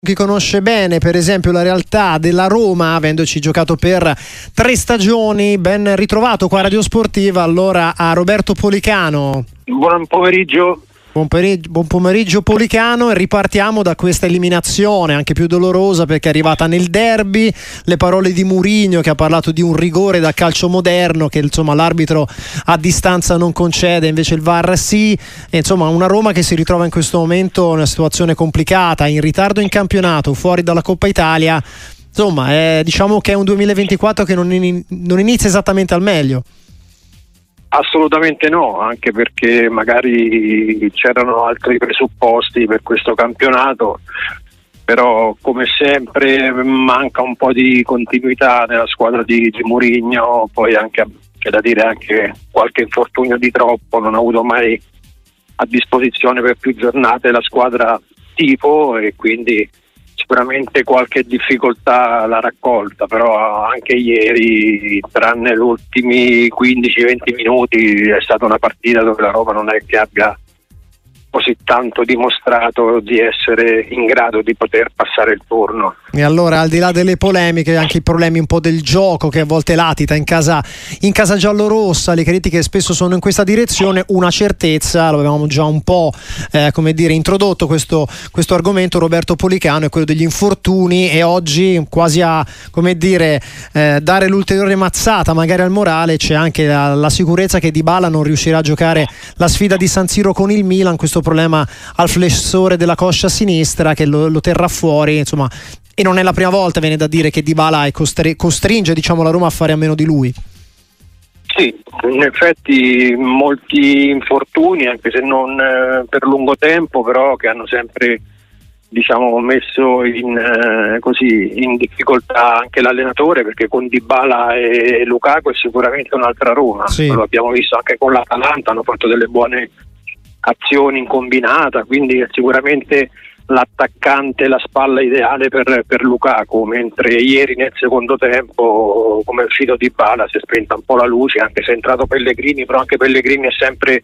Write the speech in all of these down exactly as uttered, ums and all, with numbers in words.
Chi conosce bene per esempio la realtà della Roma, avendoci giocato per tre stagioni. Ben ritrovato qua a Radio Sportiva allora a Roberto Policano. Buon pomeriggio. Buon pomeriggio, buon pomeriggio Policano, e ripartiamo da questa eliminazione anche più dolorosa perché è arrivata nel derby. Le parole di Mourinho, che ha parlato di un rigore da calcio moderno che insomma l'arbitro a distanza non concede, invece il V A R sì, e, insomma una Roma che si ritrova in questo momento in una situazione complicata, in ritardo in campionato, fuori dalla Coppa Italia. Insomma è, diciamo che è un duemilaventiquattro che non, in, non inizia esattamente al meglio. Assolutamente no, anche perché magari c'erano altri presupposti per questo campionato, però come sempre manca un po' di continuità nella squadra di, di Mourinho. Poi anche, c'è da dire, anche qualche infortunio di troppo, non ha avuto mai a disposizione per più giornate la squadra tipo, e quindi sicuramente qualche difficoltà l'ha raccolta, però anche ieri, tranne gli ultimi quindici venti minuti, è stata una partita dove la Roma non è che abbia così tanto dimostrato di essere in grado di poter passare il turno. E allora, al di là delle polemiche, anche i problemi un po' del gioco che a volte latita in casa, in casa giallorossa, le critiche spesso sono in questa direzione. Una certezza, lo avevamo già un po' eh, come dire introdotto questo, questo argomento, Roberto Policano, è quello degli infortuni, e oggi quasi a come dire eh, dare l'ulteriore mazzata magari al morale c'è anche la, la sicurezza che Dybala non riuscirà a giocare la sfida di San Siro con il Milan, questo problema al flessore della coscia sinistra che lo, lo terrà fuori, insomma. E non è la prima volta, viene da dire, che Dybala è costri- costringe diciamo la Roma a fare a meno di lui. Sì, in effetti molti infortuni, anche se non eh, per lungo tempo, però che hanno sempre diciamo messo in, eh, così, in difficoltà anche l'allenatore, perché con Dybala e Lukaku è sicuramente un'altra Roma. Sì. Lo abbiamo visto anche con l'Atalanta, hanno fatto delle buone azioni in combinata, quindi è sicuramente l'attaccante, la spalla ideale per, per Lukaku, mentre ieri nel secondo tempo, come è uscito Dybala, si è spenta un po' la luce, anche se è entrato Pellegrini, però anche Pellegrini è sempre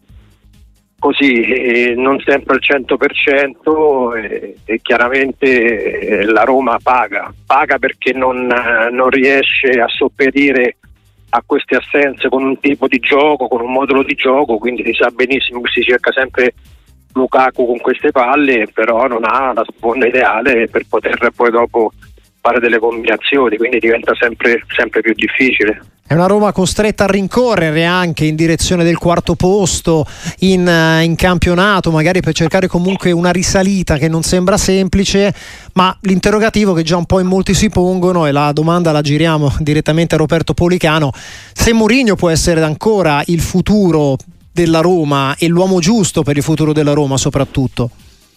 così, eh, non sempre al cento per cento, e, e chiaramente eh, la Roma paga, paga perché non, eh, non riesce a sopperire a queste assenze con un tipo di gioco, con un modulo di gioco, quindi si sa benissimo che si cerca sempre Lukaku con queste palle, però non ha la sponda ideale per poter poi dopo fare delle combinazioni, quindi diventa sempre, sempre più difficile. È una Roma costretta a rincorrere anche in direzione del quarto posto in, in campionato, magari per cercare comunque una risalita che non sembra semplice, ma l'interrogativo che già un po' in molti si pongono, e la domanda la giriamo direttamente a Roberto Policano: se Mourinho può essere ancora il futuro della Roma e l'uomo giusto per il futuro della Roma soprattutto.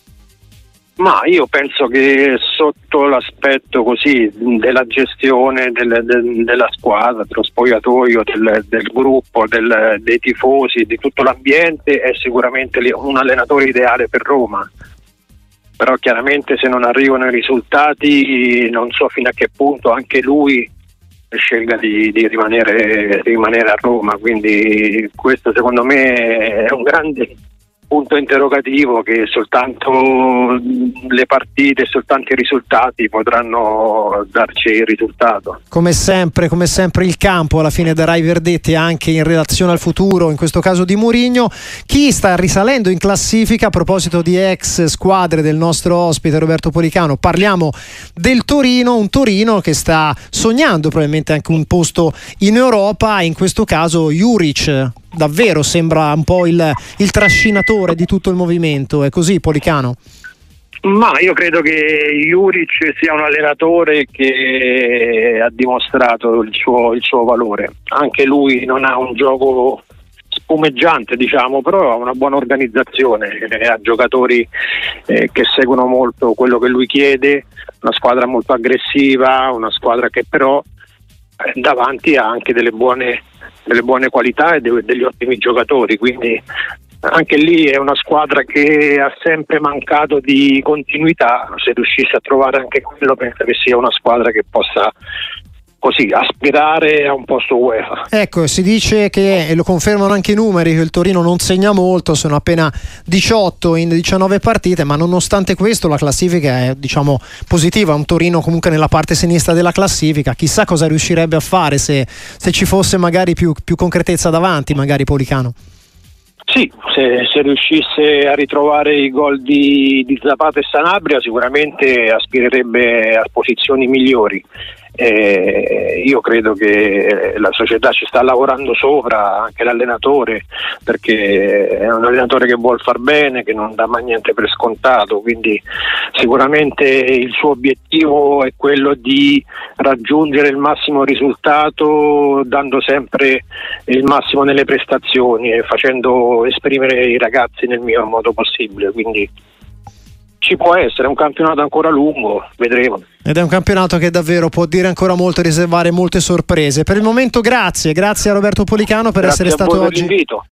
Ma io penso che sotto l'aspetto così della gestione del, del, della squadra, dello spogliatoio, del, del gruppo, del, dei tifosi, di tutto l'ambiente, è sicuramente un allenatore ideale per Roma. Però chiaramente se non arrivano i risultati non so fino a che punto anche lui scelga di, di rimanere, di rimanere a Roma, quindi questo secondo me è un grande punto interrogativo che soltanto le partite, soltanto i risultati potranno darci il risultato. Come sempre, come sempre il campo alla fine darà i verdetti anche in relazione al futuro, in questo caso di Mourinho. Chi sta risalendo in classifica, a proposito di ex squadre del nostro ospite Roberto Policano, parliamo del Torino, un Torino che sta sognando probabilmente anche un posto in Europa, in questo caso Juric davvero sembra un po' il, il trascinatore di tutto il movimento, è così Policano? Ma io credo che Juric sia un allenatore che ha dimostrato il suo, il suo valore. Anche lui non ha un gioco spumeggiante, diciamo, però ha una buona organizzazione, ha giocatori eh, che seguono molto quello che lui chiede, una squadra molto aggressiva, una squadra che però eh, davanti ha anche delle buone delle buone qualità e de- degli ottimi giocatori, quindi anche lì è una squadra che ha sempre mancato di continuità. Se riuscisse a trovare anche quello, penso che sia una squadra che possa così aspirare a un posto UEFA. Ecco, si dice che, e lo confermano anche i numeri, che il Torino non segna molto, sono appena diciotto in diciannove partite, ma nonostante questo la classifica è, diciamo, positiva. Un Torino comunque nella parte sinistra della classifica, chissà cosa riuscirebbe a fare se, se ci fosse magari più, più concretezza davanti, magari Policano. Sì, se, se riuscisse a ritrovare i gol di, di Zapata e Sanabria sicuramente aspirerebbe a posizioni migliori. Eh, io credo che la società ci sta lavorando sopra, anche l'allenatore, perché è un allenatore che vuol far bene, che non dà mai niente per scontato, quindi sicuramente il suo obiettivo è quello di raggiungere il massimo risultato, dando sempre il massimo nelle prestazioni e facendo esprimere i ragazzi nel miglior modo possibile, quindi ci può essere un campionato ancora lungo, vedremo. Ed è un campionato che davvero può dire ancora molto e riservare molte sorprese. Per il momento grazie, grazie a Roberto Policano per grazie essere stato per oggi l'invito.